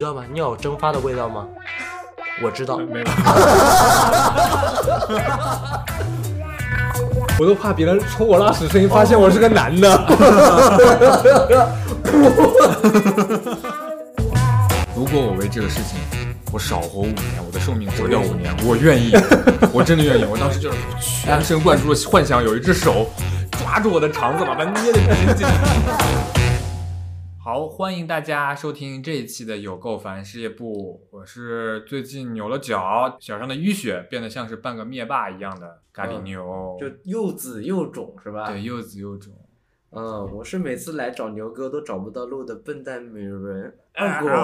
道吗？尿蒸发的味道吗？我知道。 没有。我都怕别人从我拉屎声音发现我是个男的。如果我为这个事情我少活5年，我的寿命折掉5年，我愿意，我真的愿意。我当时就是全神贯注的幻想有一只手抓住我的肠子，把它捏得干净。好，欢迎大家收听这一期的有够烦事业部。我是最近扭了脚上的淤血变得像是半个灭霸一样的咖喱牛， 就又紫又肿是吧？ 对，又紫又肿。 我是每次来找牛哥都找不到路的笨蛋美人二狗。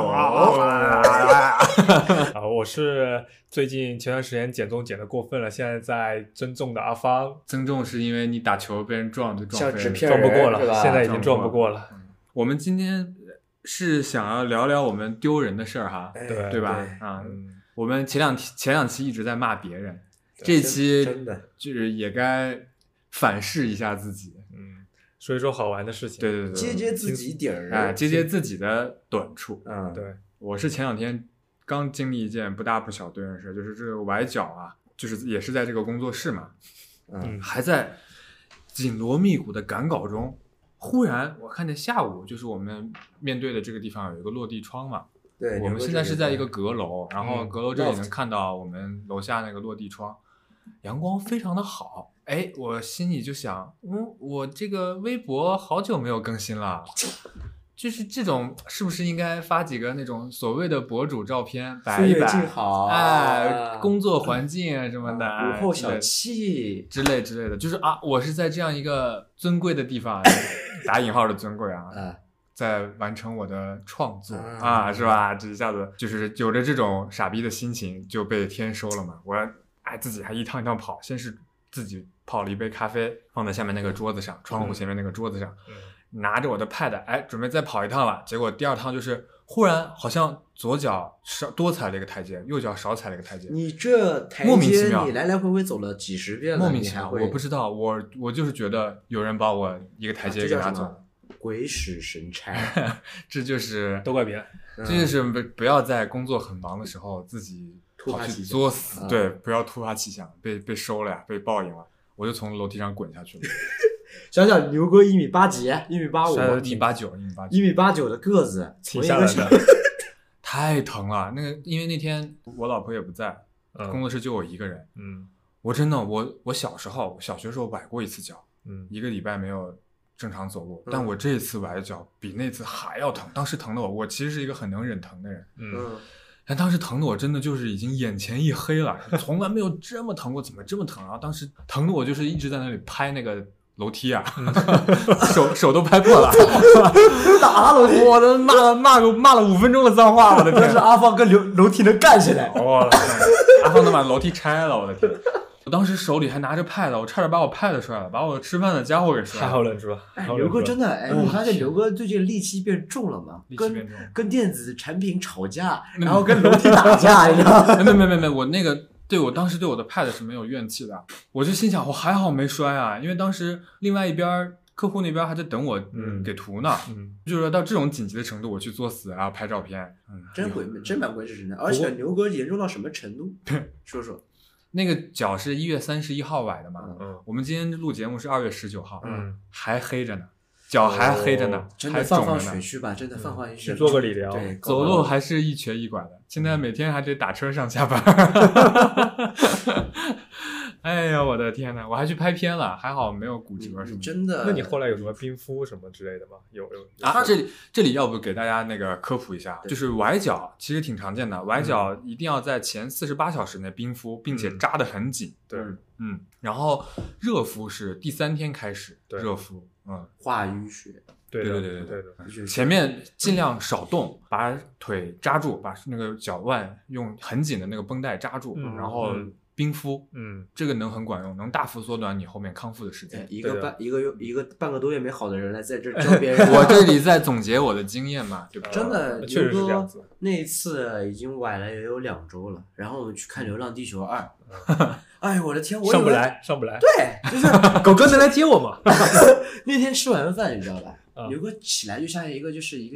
我是最近前段时间减重减得过分了，现在在增重的阿芳。 增重是因为你打球被人撞就撞飞了， 像纸片撞不过了， 是吧？ 现在已经撞不过了。 我们今天是想要聊聊我们丢人的事儿哈，对吧？我们前两期一直在骂别人，这期真的就是也该反噬一下自己， 说一说好玩的事情， 对， 揭自己底儿， 揭自己的短处。 对， 我是前2天刚经历一件不大不小对人事，就是这个崴脚啊，就是也是在这个工作室嘛，还在紧锣密鼓的赶稿中。忽然我看见下午就是我们面对的这个地方有一个落地窗嘛， 对， 我们现在是在一个阁楼，然后阁楼这里能看到我们楼下那个落地窗，阳光非常的好。哎，我心里就想，我这个微博好久没有更新了，就是这种是不是应该发几个那种所谓的博主照片摆一摆，工作环境什么的， 午后小憩之类的，就是我是在这样一个尊贵的地方，打引号的尊贵在完成我的创作是吧？这一下子就是有着这种傻逼的心情就被天收了嘛。我自己还一趟一趟跑，先是自己泡了一杯咖啡放在下面那个桌子上，窗户前面那个桌子上，拿着我的 pad 准备再跑一趟了。结果第2趟就是忽然好像左脚多踩了一个台阶，右脚少踩了一个台阶。 你这台阶你来来回回走了几十遍了， 莫名其妙，我不知道，我就是觉得有人把我一个台阶给拿走， 鬼使神差。 这就是都怪别人， 这就是不要在工作很忙的时候自己跑去作死，对，不要突发奇想，被收了呀，被报应了，我就从楼梯上滚下去了。 想想牛哥1米8几，1米85，1 米89，1 米89的个子， 挺吓人的， 太疼了。那个，因为那天我老婆也不在，工作室就我一个人。我真的，我小学时候崴过一次脚，1个礼拜没有正常走路，但我这一次崴的脚比那次还要疼。当时疼的我其实是一个很能忍疼的人，但当时疼的我真的就是已经眼前一黑了，从来没有这么疼过，怎么这么疼啊？当时疼的我就是一直在那里拍那个楼梯手都拍破了， 打楼梯， 我的骂了5分钟的脏话，我的天！ 但是阿芳跟楼梯能干起来， 阿芳能把楼梯拆了，我的天！我当时手里还拿着 pad， 我差点把我 pad 摔了，把我吃饭的家伙给摔了。 还好忍住了。 刘哥真的，你发现刘哥最近戾气变重了吗？跟电子产品吵架，然后跟楼梯打架，你知道吗？ 没，我那个。我当时对我的 pad 是没有怨气的，我就心想我还好没摔啊，因为当时另外一边客户那边还在等我给图呢，就是说到这种紧急的程度我去作死啊拍照片， 真蛮鬼使神差。而且牛哥严重到什么程度？说说。 那个脚是1月31号崴的嘛，我们今天录节目是2月19号，还黑着呢，脚还黑着呢， 真的放血去吧，真的放血去， 做个理疗， 对， 走路还是一瘸一拐的，现在每天还得打车上下班。哎呀，我的天哪！我还去拍片了，还好没有骨折什么。 真的？ 那你后来有什么冰敷什么之类的吗？有这里要不给大家那个科普一下，就是崴脚其实挺常见的，崴脚一定要在前48小时内冰敷，并且扎得很紧。 对， 然后热敷是第3天开始热敷， 化淤血。 对，前面尽量少动，把腿扎住，把那个脚腕用很紧的那个绷带扎住，然后冰敷，这个能很管用，能大幅缩短你后面康复的时间。 一个半个多月没好的人来在这教别人， 我这里在总结我的经验嘛，对吧？ 真的， 确实是这样子。 那一次已经崴了也有2周了，然后我们去看《流浪地球2》，哎我的天，我上不来。 对，就是狗哥能来接我吗？ 那天吃完饭你知道吧？ 牛哥起来就像一个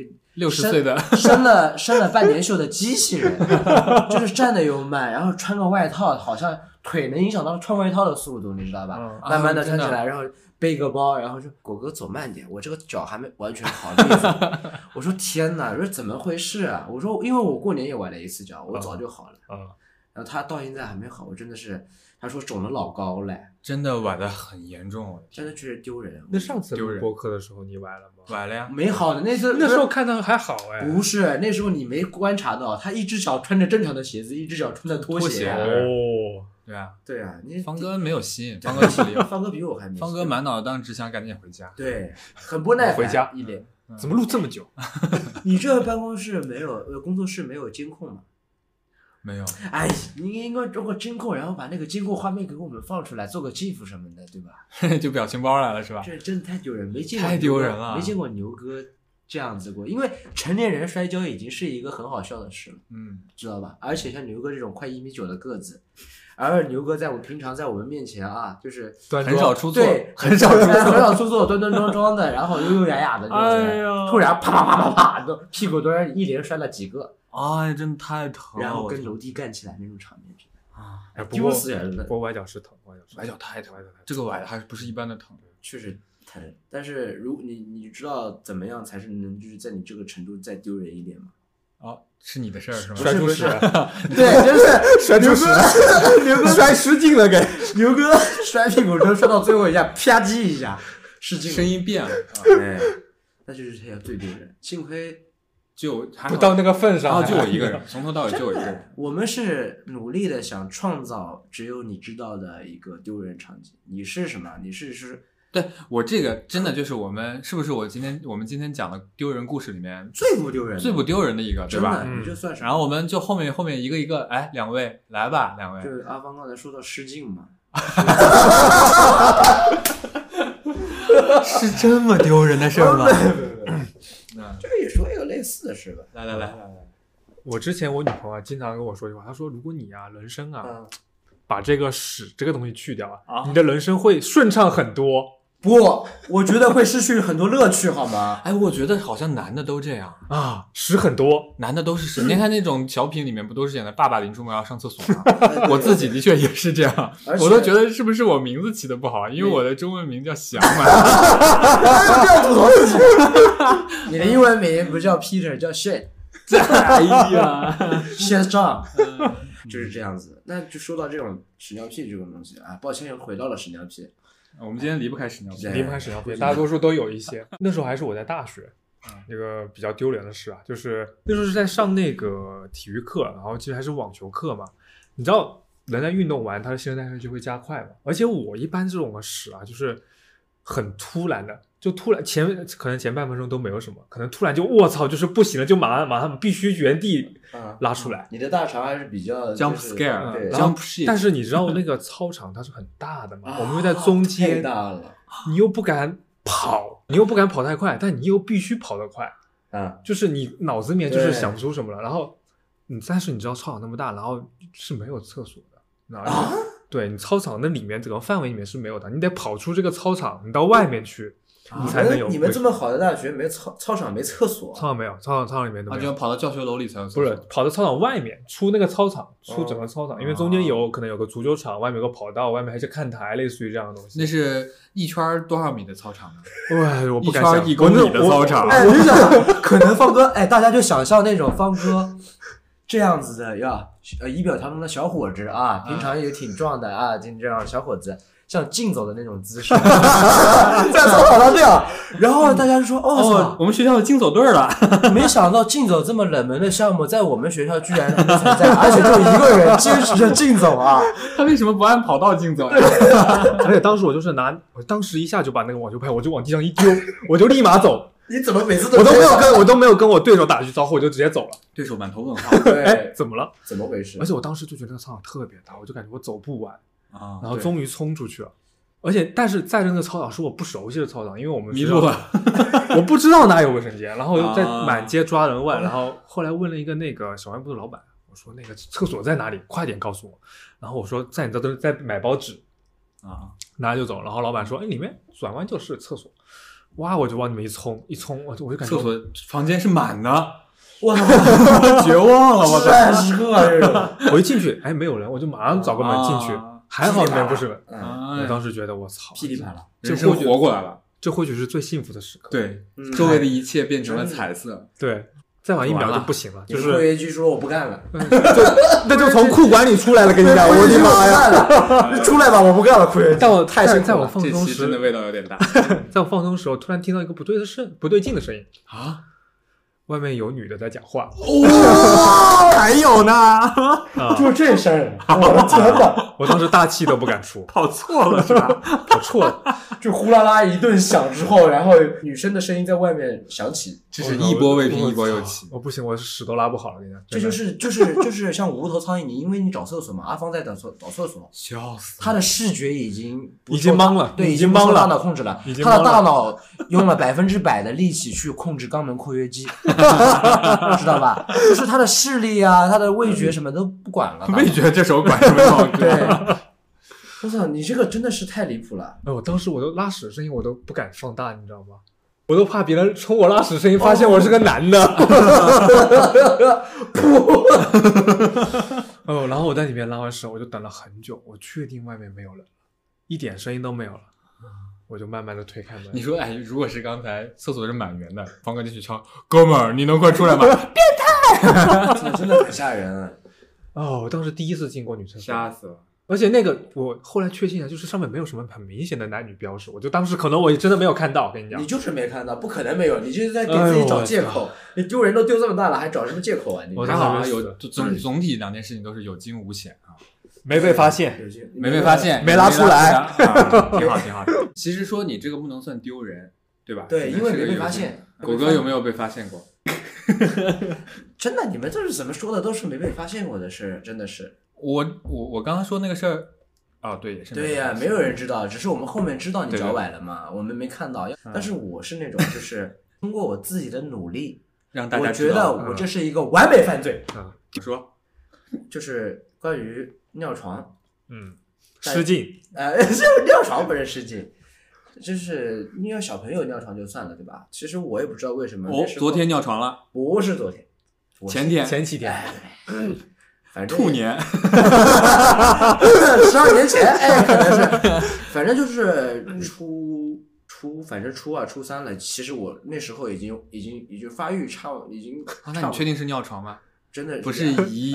60岁的生了半年锈的机器人，就是站的又慢，然后穿个外套，好像腿能影响到穿外套的速度，你知道吧？慢慢的穿起来，然后背个包，然后说果哥走慢点，我这个脚还没完全好。我说天哪，我说怎么回事啊？我说因为我过年也崴了一次脚，我早就好了。然后他到现在还没好，我真的是，他说肿了老高嘞， 真的崴得很严重， 真的确实丢人。 那上次录播客的时候你崴了吗？ 崴了呀， 没好的那时候看到还好哎， 不是那时候你没观察到，他一只脚穿着正常的鞋子，一只脚穿着拖鞋。 哦， 对啊，你方哥没有心，方哥气力， 方哥比我还没心。 方哥满脑当时只想赶紧回家， 对，很不耐烦， 回家一脸。 怎么录这么久？ 你这办公室没有工作室没有监控吗？ 没有。 哎，你应该如果监控，然后把那个监控画面给我们放出来，做个 GIF 什么的，对吧？ 就表情包来了是吧？ 这真的太丢人，没见过太丢人了， 没见过牛哥这样子过。因为成年人摔跤已经是一个很好笑的事了，知道吧？而且像牛哥这种快1.9米的个子，而牛哥平常在我们面前啊，就是很少出错， 对， 很少出错，端端庄庄的，然后优优雅雅的，突然啪啪啪啪啪，都屁股墩一连摔了几个。 哎，真的太疼了， 然后跟楼梯干起来那种场面， 啊， 丢死人了。 不过崴脚是疼， 崴脚太疼，这个崴的还不是一般的疼， 确实疼。但是如你知道怎么样才是能就是在你这个程度再丢人一点吗？ 哦，是你的事儿是吗？ 摔出屎， 对，真是摔出屎， 牛哥摔失禁了，给牛哥摔屁股都摔到最后一下，啪叽一下失禁， 声音变了， 哎，那就是这样最丢人。幸亏。 就不到那个份上， 就我一个人，从头到尾就我一个人。 我们是努力的想创造只有你知道的一个丢人场景。你是什么？你是对我这个真的就是我们是不是我们今天讲的丢人故事里面最不丢人的一个，对吧？ 你就算是。 然后我们就后面一个一个，哎，两位来吧，两位。 就是阿芳刚才说到失禁嘛， 是这么丢人的事吗？ 这个也说一个类似的事吧。 来， 我之前我女朋友经常跟我说一句话，她说如果你人生把这个屎这个东西去掉你的人生会顺畅很多。 不，我觉得会失去很多乐趣，好吗？ 哎，我觉得好像男的都这样啊，屎很多， 男的都是屎。你看那种小品里面不都是演的爸爸临出门要上厕所吗？我自己的确也是这样，我都觉得是不是我名字起的不好，因为我的中文名叫翔嘛。 这样吐槽自己。你的英文名不叫 Peter， 叫 Shit。 哎呀 ，Shit John， 就是这样子。那就说到这种屎尿屁这种东西啊，抱歉又回到了屎尿屁。 我们今天离不开屎尿屁， 大多数都有一些。那时候还是我在大学，那个比较丢人的事就是那时候是在上那个体育课，然后其实还是网球课嘛。你知道人在运动完，他的新陈代谢就会加快嘛。而且我一般这种的屎就是很突然的，就突然可能前半分钟都没有什么，可能突然就我操，就是不行了，就马上必须原地拉出来。 你的大肠还是比较 jump scare， jump shit。但是你知道那个操场它是很大的嘛，我们又在中间， 太大了， 你又不敢跑，你又不敢跑太快，但你又必须跑得快，就是你脑子里面就是想不出什么了。然后但是你知道操场那么大，然后是没有厕所的，对，你操场那里面整个范围里面是没有的，你得跑出这个操场，你到外面去。你才能有。 你们这么好的大学，没操场没厕所？ 操场没有，操场里面都没有。 就要跑到教学楼里才有厕所。 不是，跑到操场外面，出那个操场，出整个操场，因为中间可能有个足球场，外面有个跑道，外面还是看台，类似于这样的东西。 那是一圈多少米的操场呢？ 我不敢想。 1公里的操场。 我就想，可能方哥，大家就想象那种方哥这样子的仪表堂堂的小伙子啊，平常也挺壮的啊，这样小伙子。像竞走的那种姿势，在操场上这样，然后大家就说：“ 我们学校有竞走队了。” 没想到竞走这么冷门的项目，在我们学校居然还存在，而且就一个人坚持着竞走啊！ 他为什么不按跑道竞走呀？ 而且当时我就是我当时一下就把那个网球拍，我就往地上一丢，我就立马走。 你怎么每次都我都没有跟我对手打句招呼，我就直接走了。 对手满头问号， 怎么了？ 怎么回事？ 而且我当时就觉得那个操场特别大，我就感觉我走不完。然后终于冲出去了，但是在那个操场是我不熟悉的操场，因为我们迷路了， 我不知道哪有卫生间，然后又在满街抓人问，然后后来问了一个那个小卖部的老板，我说那个厕所在哪里，快点告诉我。然后我说在你这都在买包纸拿就走，然后老板说里面转弯就是厕所。 哇，我就往里面一冲，我就感觉厕所房间是满的， 哇， 绝望了，我操！时刻这种， 我一进去，哎，没有人，我就马上找个门进去，还好里面不是人。我当时觉得我操， 噼里啪啦， 人生活过来了， 这或许是最幸福的时刻。 对，周围的一切变成了彩色。 对，再晚1秒就不行了。就是会员局说我不干了， 那就从裤管里出来了，跟你讲，我的妈呀！ 出来吧，我不干了，会员局。 但我太辛苦了， 在我放松时， 真的味道有点大。 在我放松的时候，突然听到一个不对劲的声音啊！ 外面有女的在讲话。 还有呢， 就是这声儿，我的天哪！ 我当时大气都不敢出， 跑错了是吧？ 跑错了， 就呼啦啦一顿响之后，然后女生的声音在外面响起， 这是一波未平一波又起。 我不行，我屎都拉不好了，跟你讲。 这就是像无头苍蝇，你因为你找厕所嘛，阿芳在找厕所， 笑死！ 他的视觉已经懵了， 对，已经不受大脑控制了，他的大脑用了100%的力气去控制肛门括约肌。知道吧？就是他的视力啊，他的味觉什么都不管了。 味觉这手管什么用？ 对，我操，你这个真的是太离谱了。 我当时我都拉屎的声音我都不敢放大，你知道吗？我都怕别人冲我拉屎声音发现我是个男的。然后我在里面拉完屎，我就等了很久，我确定外面没有人，一点声音都没有了。我就慢慢的推开门。 你说，哎，如果是刚才厕所是满员的，方哥进去敲，哥们儿，你能快出来吗？变态！真的很吓人。 我当时第一次进过女厕所， 吓死了。 而且那个我后来确信了，就是上面没有什么很明显的男女标识，我就当时可能我真的没有看到，跟你讲。 你就是没看到，不可能没有，你就是在给自己找借口。你丢人都丢这么大了，还找什么借口啊？你还好有总体两件事情都是有惊无险啊。 没被发现， 没被发现， 没拉出来， 挺好挺好。其实说你这个不能算丢人，对吧？ 对，因为没被发现。 狗哥有没有被发现过？ 真的，你们这是怎么说的？都是没被发现过的事，真的是。 我刚刚说那个事儿，对，也是。 对呀，没有人知道，只是我们后面知道你脚崴了嘛，我们没看到。但是我是那种，就是通过我自己的努力， 让大家我觉得我这是一个完美犯罪。 你说， 就是关于尿床， 失禁， 尿床不是失禁，就是尿小朋友尿床就算了，对吧？其实我也不知道为什么。 昨天尿床了？ 不是昨天， 前几天， 反正兔年 ，12年前，可能是，反正就是反正初2、初3了。其实我那时候已经发育差，已经。 那你确定是尿床吗？ 真的不是姨，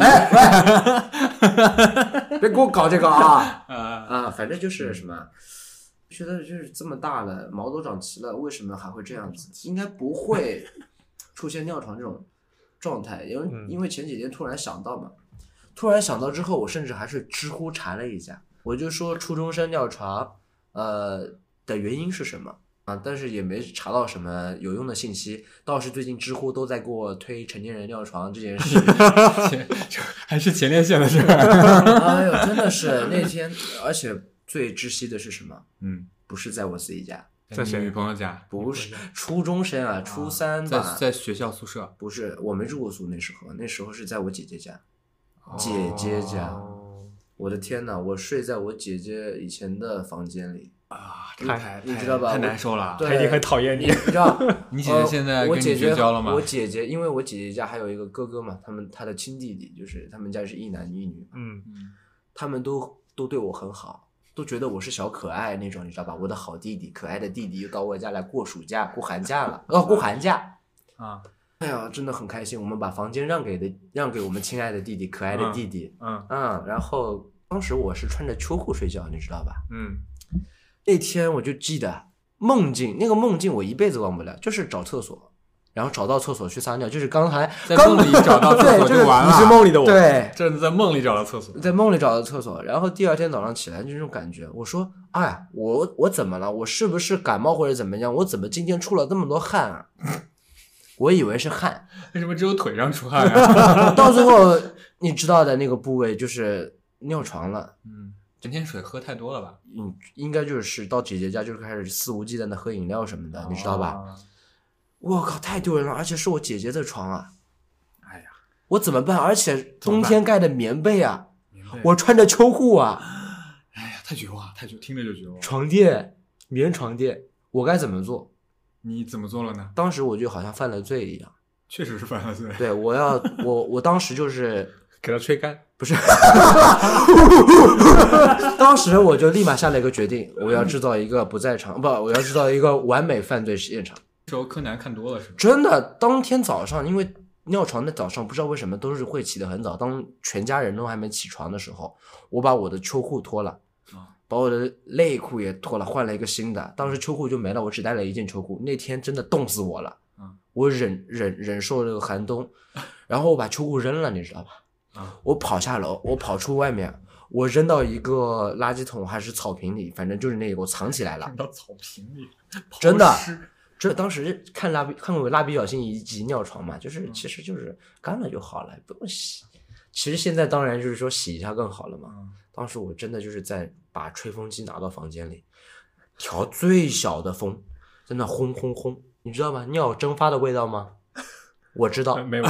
别给我搞这个啊！反正就是什么，觉得就是这么大了，毛都长齐了，为什么还会这样子？应该不会出现尿床这种状态，因为前几天突然想到嘛，突然想到之后，我甚至还是知乎查了一下，我就说初中生尿床的原因是什么。但是也没查到什么有用的信息，倒是最近知乎都在给我推成年人尿床这件事。 还是前列腺的事儿。 哎呦，真的是那天，而且最窒息的是什么？不是在我自己家， 在女朋友家， 不是初中生啊，初3吧， 在学校宿舍， 不是，我没住过宿，那时候是在我姐姐家，姐姐家。我的天哪，我睡在我姐姐以前的房间里。你知道吧？ 太难受了， 他已经很讨厌你。 你知道， 你姐姐现在跟你绝交了吗？ 我姐姐，因为我姐姐家还有一个哥哥嘛，他的亲弟弟，就是他们家是一男一女，他们都对我很好，都觉得我是小可爱那种，你知道吧？我的好弟弟，可爱的弟弟又到我家来过暑假、过寒假了，过寒假啊！哎呀，真的很开心，我们把房间让给我们亲爱的弟弟，可爱的弟弟，然后当时我是穿着秋裤睡觉，你知道吧？那天我就记得那个梦境我一辈子忘不了，就是找厕所，然后找到厕所去撒尿，就是刚才在梦里找到厕所就完了。 你是梦里的我， 对， 这是在梦里找到厕所， 在梦里找到厕所，然后第二天早上起来就这种感觉，我说，哎，我怎么了？我是不是感冒或者怎么样？我怎么今天出了这么多汗啊？我以为是汗， 为什么只有腿上出汗啊？ 到最后你知道的那个部位就是尿床了。 整天水喝太多了吧？ 应该就是到姐姐家就开始肆无忌惮的喝饮料什么的，你知道吧？我靠，太丢人了，而且是我姐姐的床啊！ 哎呀， 我怎么办？而且冬天盖的棉被啊，我穿着秋裤啊！ 哎呀，太绝望，听着就绝望。 床垫，棉床垫，我该怎么做？ 你怎么做了呢？ 当时我就好像犯了罪一样。 确实是犯了罪。 对，我当时就是给他吹干， 不是，当时我就立马下了一个决定，我要制造一个不在场，我要制造一个完美犯罪现场。 这时候柯南看多了是吧？ 真的，当天早上，因为尿床的早上不知道为什么都是会起得很早，当全家人都还没起床的时候，我把我的秋裤脱了，把我的内裤也脱了，换了一个新的。当时秋裤就没了，我只带了一件秋裤。那天真的冻死我了，我忍受这个寒冬，然后我把秋裤扔了，你知道吧？我跑下楼，我跑出外面，我扔到一个垃圾桶还是草坪里，反正就是那个我藏起来了。 扔到草坪里， 真的。这当时看过蜡笔小新一集尿床嘛，其实就是干了就好了，不用洗。其实现在当然就是说洗一下更好了嘛。当时我真的就是在把吹风机拿到房间里，调最小的风，在那轰轰轰，你知道吗？尿蒸发的味道吗？我知道， 没有。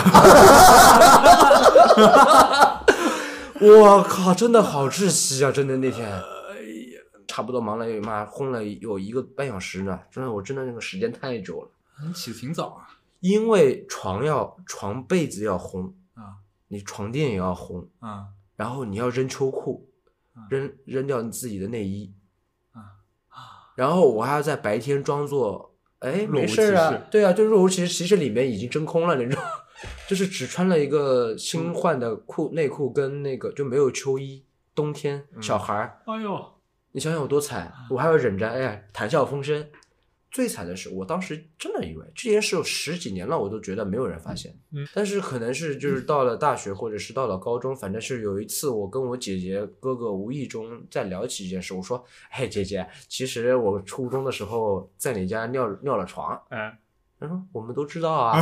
我靠，真的好窒息啊！真的那天。差不多忙了轰了有1个半小时呢，我真的那个时间太久了。 你起得挺早啊。 因为床被子要烘啊， 你床垫也要烘啊， 然后你要扔秋裤，扔掉你自己的内衣然后我还要在白天装作没事啊，对啊，就若无其事，其实里面已经真空了那种，就是只穿了一个新换的内裤跟那个就没有秋衣，冬天小孩哎呦。 你想想有多惨，我还要忍着，谈笑风生。最惨的是，我当时真的以为这件事有10几年了，我都觉得没有人发现。但是可能是就是到了大学，或者是到了高中，反正是有一次我跟我姐姐哥哥无意中在聊起一件事，我说：“嘿，姐姐，其实我初中的时候在你家尿了床。”她说：“我们都知道啊。”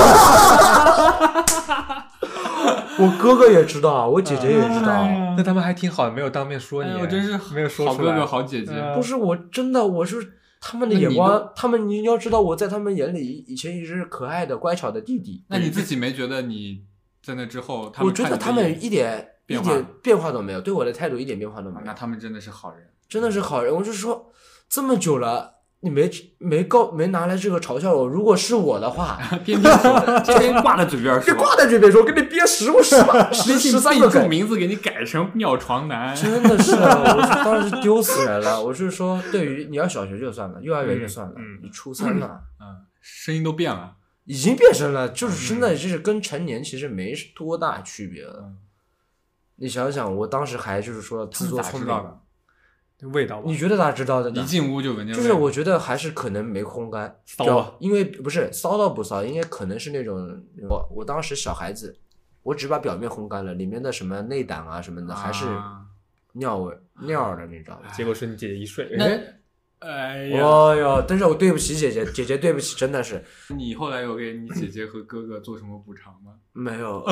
我哥哥也知道，我姐姐也知道， 那他们还挺好的，没有当面说你。 我真是没有说好哥哥好姐姐。 不是我真的，我是他们的眼光，你要知道，我在他们眼里以前一直是可爱的乖巧的弟弟。 那你自己没觉得你在那之后， 我觉得他们一点变化都没有，对我的态度一点变化都没有。 那他们真的是好人， 真的是好人。我就说这么久了。你没拿来这个嘲笑我，如果是我的话， 天天挂在嘴边说， 挂在嘴边说，给你憋13个梗，名字给你改成尿床男， 真的是，我当时丢死人了。我是说，对于你要小学就算了，幼儿园就算了，你初3了， 声音都变了， 已经变声了，就是真的就是跟成年其实没多大区别了。你想想，我当时还就是说自作聪明的。 味道吧， 你觉得咋知道的？ 一进屋就闻见。 就是我觉得还是可能没烘干， 骚， 因为不是骚到不骚，应该可能是那种我当时小孩子，我只把表面烘干了，里面的什么内胆啊什么的还是尿的，你知道吧？ 结果是你姐姐一睡， 哎呦！但是我对不起姐姐对不起，真的是。 你后来有给你姐姐和哥哥做什么补偿吗？ 没有。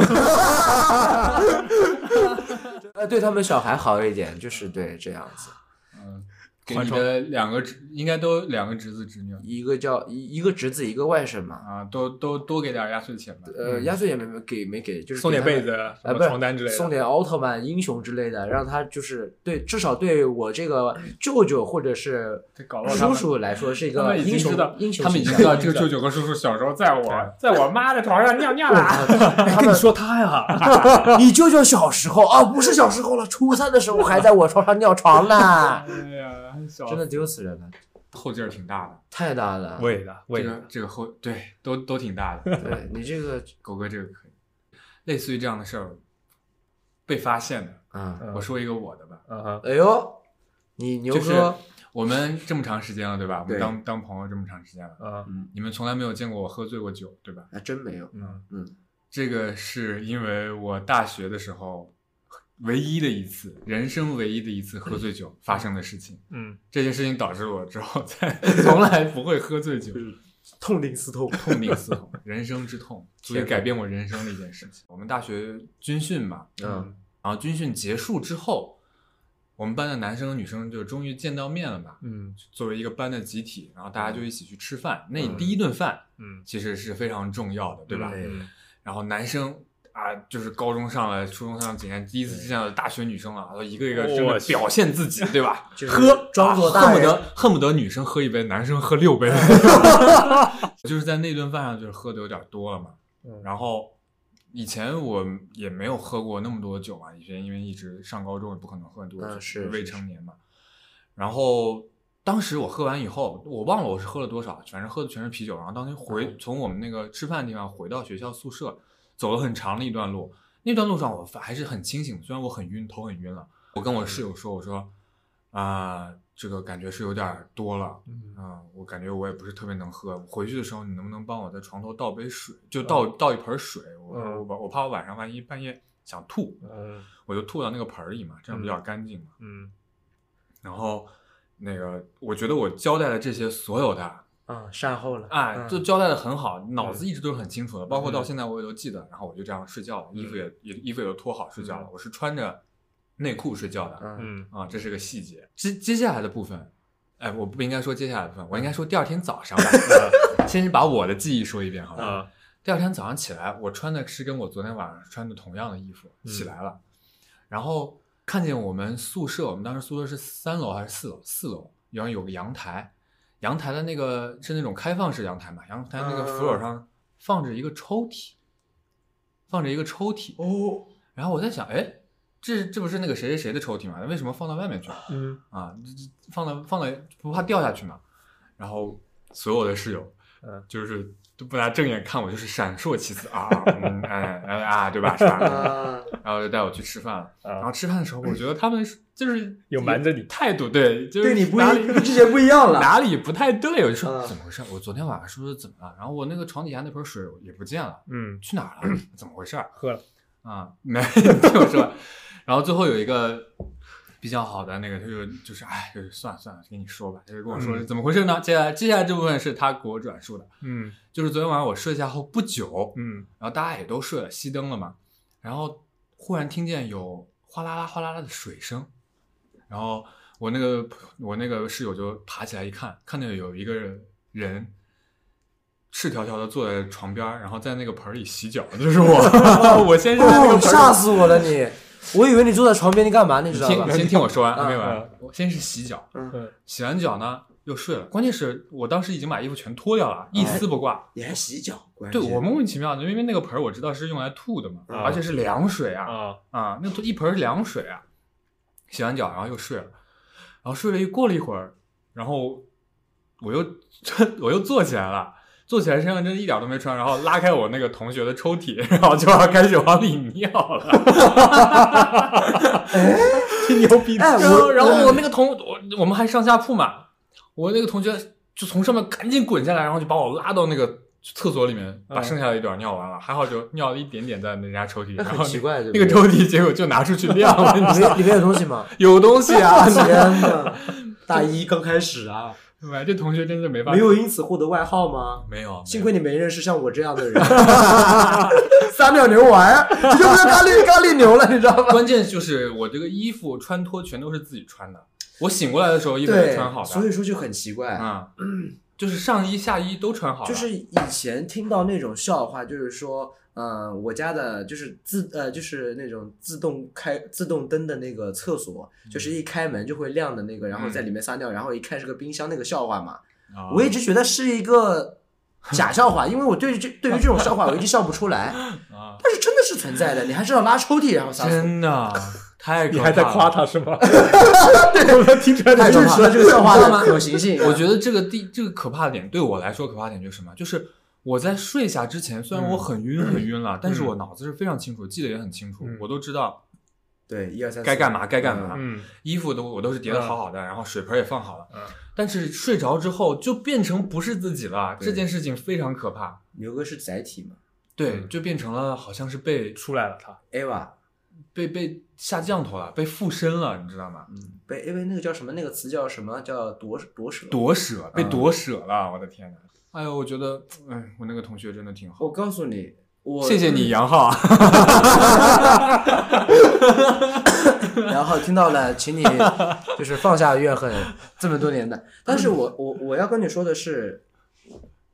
对他们小孩好一点，就是对这样子。 给你的应该都2个侄子侄女， 一个侄子一个外甥嘛。 都多给点压岁钱吧。 压岁钱没给，就是送点被子、床单之类的， 送点奥特曼英雄之类的，让他就是至少对我这个舅舅或者是叔叔来说是一个英雄。 他们已经知道这个舅舅和叔叔小时候在我妈的床上尿尿了。 跟你说他呀， 你舅舅小时候不是小时候了，初3的时候还在我床上尿床呢。 哎呀。 真的丢死人了， 后劲儿挺大的， 太大了， 味的， 这个后对都挺大的。 对你这个狗哥这个可以，类似于这样的事儿被发现的，我说一个我的吧。 哎呦，你牛哥， 就是我们这么长时间了，对吧？我们当朋友这么长时间了，你们从来没有见过我喝醉过酒，对吧？ 还真没有， 这个是因为我大学的时候。人生唯一的一次喝醉酒发生的事情。这件事情导致我之后从来不会喝醉酒。 痛定思痛， 人生之痛，足以改变我人生的一件事情。我们大学军训嘛，然后军训结束之后，我们班的男生和女生就终于见到面了嘛。作为一个班的集体，然后大家就一起去吃饭。那第一顿饭，其实是非常重要的，对吧？然后男生啊，就是高中上了，初中上了几年，第一次见到大学女生啊，一个一个真的表现自己，对吧？喝， 装作大人， 恨不得女生喝一杯，男生喝6杯。就是在那顿饭上，就是喝的有点多了嘛。然后以前我也没有喝过那么多酒嘛，以前因为一直上高中，也不可能喝很多酒， 是未成年嘛。然后当时我喝完以后，我忘了我是喝了多少，反正喝的全是啤酒。然后当天从我们那个吃饭的地方回到学校宿舍，走了很长的一段路。那段路上我还是很清醒，虽然我很晕，头很晕了。我跟我室友说，我说这个感觉是有点多了，我感觉我也不是特别能喝。回去的时候，你能不能帮我在床头倒杯水，就倒一盆水？我怕我晚上万一半夜想吐，我就吐到那个盆里嘛，这样比较干净嘛。然后那个，我觉得我交代了这些所有的。 善后了， 就交代的很好，脑子一直都是很清楚的，包括到现在我也都记得。然后我就这样睡觉了，衣服也都脱好睡觉了。我是穿着内裤睡觉的，这是个细节。接下来的部分，我不应该说接下来的部分，我应该说第二天早上吧。先把我的记忆说一遍，好吧？第二天早上起来，我穿的是跟我昨天晚上穿的同样的衣服起来了，然后看见我们宿舍，我们当时宿舍是3楼还是4楼，然后有个阳台。阳台的那个是那种开放式阳台嘛，阳台那个扶手上放着一个抽屉，然后我在想，这不是那个谁谁谁的抽屉吗？为什么放到外面去了？放到不怕掉下去吗？然后所有的室友，就是都不拿正眼看我，就是闪烁其词对吧？是吧？然后就带我去吃饭了。然后吃饭的时候，我觉得他们就是有瞒着你态度，对，就是对你跟之前不一样了， 哪里不太对？我就说怎么回事？我昨天晚上是不是怎么了？然后我那个床底下那盆水也不见了，去哪儿了？怎么回事？ 喝了没听我说。然后最后有一个比较好的那个，他就是算了，跟你说吧，他就跟我说怎么回事呢？接下来这部分是他给我转述的，就是昨天晚上我睡下后不久，然后大家也都睡了，熄灯了嘛，然后忽然听见有哗啦啦哗啦啦的水声，然后我那个室友就爬起来一看，看见有一个人赤条条的坐在床边，然后在那个盆里洗脚，就是我。我先是在那个盆吓死我了你！我以为你坐在床边，你干嘛？你知道吧？ 先听我说完，没完。我先是洗脚，洗完脚呢又睡了。关键是我当时已经把衣服全脱掉了，一丝不挂。 你还洗脚？ 对，我莫名其妙的，因为那个盆我知道是用来吐的嘛，而且是凉水那一盆凉水啊。洗完脚然后又睡了，然后睡了过了一会儿，然后我又坐起来了。坐起来身上真的一点都没穿，然后拉开我那个同学的抽屉，然后就要开始往里尿了。 挺牛逼的。 然后我那个我们还上下铺嘛，我那个同学就从上面赶紧滚下来，然后就把我拉到那个厕所里面，把剩下的一点尿完了，还好就尿了一点点在那家抽屉，然后奇怪， 那个抽屉结果就拿出去晾了。 里面有东西吗？ 有东西啊！ 天哪，大一刚开始啊。 对，这同学真的没办法。 没有因此获得外号吗？ 没有， 幸亏你没认识像我这样的人。3秒牛丸，这就不是咖喱牛了，你知道吗？ 关键就是我这个衣服穿脱全都是自己穿的，我醒过来的时候衣服也穿好的， 所以说就很奇怪就是上衣下衣都穿好了。 就是以前听到那种笑话，就是说。我家的就是就是那种自动灯的那个厕所，就是一开门就会亮的那个，然后在里面撒尿，然后一看是个冰箱那个笑话嘛。我一直觉得是一个假笑话，因为我对于这种笑话我一直笑不出来。但是真的是存在的，你还知道拉抽屉然后撒。 真的太可怕了。 你还在夸他是吗？ 对，我听出来太真实了，这个笑话的可行性。 我觉得这个可怕的点，对我来说可怕的点就是什么？就是我在睡下之前，虽然我很晕了，但是我脑子是非常清楚，记得也很清楚，我都知道， 对，1、2、3， 该干嘛，衣服我都是叠得好好的，然后水盆也放好了，但是睡着之后就变成不是自己了，这件事情非常可怕。 牛哥是载体嘛？ 对，就变成了好像是被出来了，他 Ava 被下降头了，被附身了，你知道吗？ 被因为那个叫什么？那个词叫什么？叫夺舍， 被夺舍了，我的天哪！哎呦，我觉得，我那个同学真的挺好。 我告诉你， 谢谢你，杨浩。 然后听到了，请你就是放下怨恨这么多年的。但是我要跟你说的是，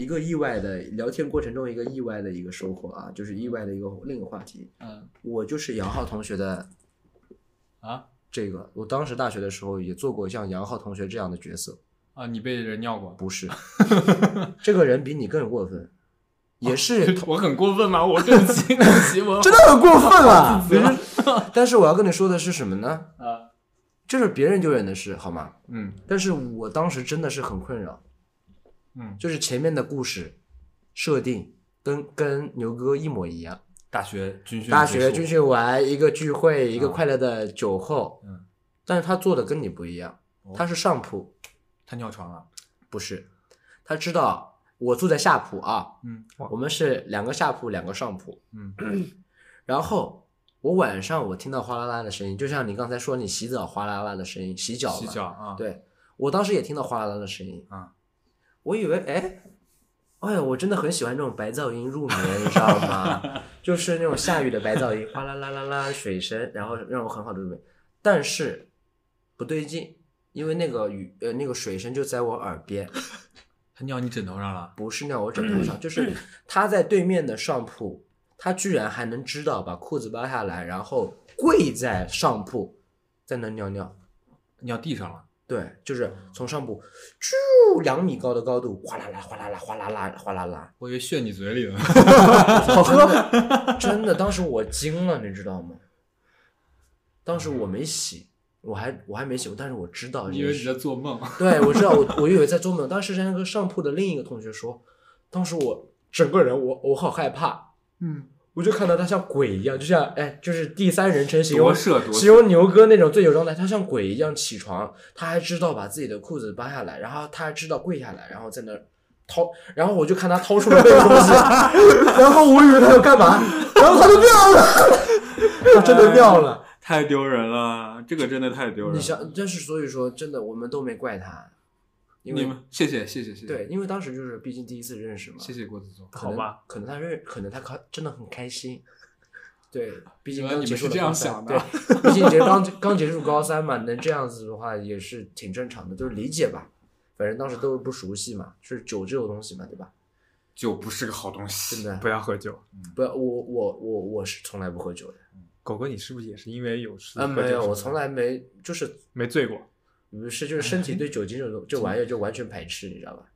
一个意外的聊天过程中一个意外的一个收获啊，就是意外的另一个话题。我就是杨浩同学的这个我当时大学的时候也做过像杨浩同学这样的角色啊。你被人尿过？ 不是，这个人比你更过分。也是我很过分吗？我对不起我真的很过分啊！但是我要跟你说的是什么呢？这是别人丢人的事，好吗？但是我当时真的是很困扰。就是前面的故事设定跟牛哥一模一样。大学军训完一个聚会，一个快乐的酒后。但是他做的跟你不一样，他是上铺。 他尿床了？ 不是，他知道。我住在下铺啊，我们是2个下铺2个上铺，然后我晚上我听到哗啦啦的声音，就像你刚才说你洗澡哗啦啦的声音，洗脚啊，对，我当时也听到哗啦啦的声音啊，我以为哎呀，我真的很喜欢这种白噪音入眠，你知道吗？就是那种下雨的白噪音，哗啦啦啦啦水声，然后让我很好的入眠，但是不对劲，因为那个水声就在我耳边。 他尿你枕头上了？ 不是尿我枕头上，就是他在对面的上铺，他居然还能知道把裤子扒下来，然后跪在上铺，在那尿地上了。 对，就是从上铺啾2米高的高度，哗啦啦哗啦啦哗啦啦哗啦啦。 我以为炫你嘴里了。 好喝，真的，当时我惊了，你知道吗？当时我没洗。我还没洗，但是我知道。 你以为你在做梦？ 对，我知道，我以为在做梦。当时那个上铺的另一个同学说，当时我整个人我好害怕，我就看到他像鬼一样，就像就是第三人称形容牛哥那种醉酒状态，他像鬼一样起床，他还知道把自己的裤子扒下来，然后他还知道跪下来，然后在那掏，然后我就看他掏出了那个东西，然后我以为他要干嘛，然后他就尿了，他真的尿了。 太丢人了，这个真的太丢人了。 你想，但是所以说，真的我们都没怪他，因为你们谢谢。 对，因为当时就是毕竟第一次认识嘛。 谢谢郭子总。 好吧，可能他真的很开心。对，毕竟刚结束了高三。 对，毕竟刚结束高三嘛，能这样子的话也是挺正常的，就是理解吧。反正当时都不熟悉嘛，是酒这种东西嘛，对吧？ 酒不是个好东西， 真的不要喝酒。 不要，我是从来不喝酒的。 狗哥，你是不是也是因为有没有，我从来没，就是没醉过。 不是，就是身体对酒精这玩意儿就完全排斥，你知道吧？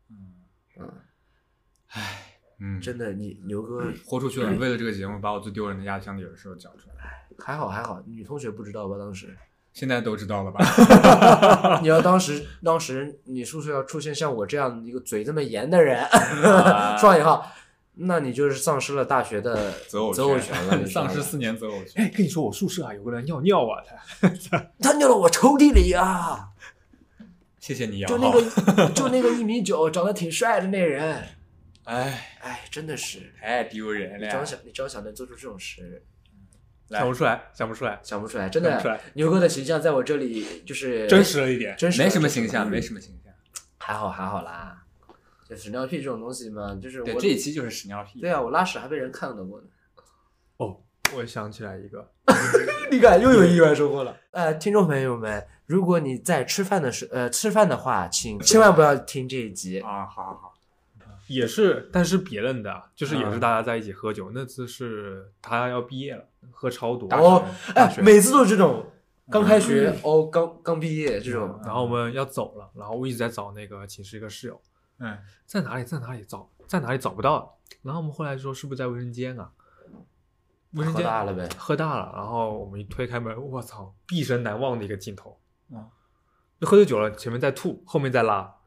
真的，你牛哥豁出去了，为了这个节目，把我最丢人的压箱底的事讲出来。 还好，女同学不知道吧？当时， 现在都知道了吧？ 你要当时你宿舍要出现像我这样一个嘴这么严的人，双引号。那你就是丧失了大学的择偶权了， 丧失4年择偶权。 跟你说，我宿舍有个人尿啊， 他尿了我抽屉里啊！ 谢谢你， 就那个1.9米，长得挺帅的那人。真的是太丢人了。 你只要想能做出这种事， 想不出来， 真的。牛哥的形象在我这里就是真实了一点， 没什么形象， 还好啦。就屎尿屁这种东西嘛，就是对这一期就是屎尿屁。 对啊，我拉屎还被人看到过呢。 我想起来一个， 你看又有意外收获了。听众朋友们，如果你在吃饭的话，请千万不要听这一集啊。好。 也是，但是别人的，就是也是大家在一起喝酒。那次是他要毕业了，喝超多。 大学每次都是这种。刚开学刚毕业这种。 然后我们要走了，然后我一直在找那个寝室一个室友。在哪里找不到，然后我们后来说是不是在卫生间啊？卫生间喝大了，然后我们一推开门，我操，毕生难忘的一个镜头。喝酒了，前面在吐，后面在拉。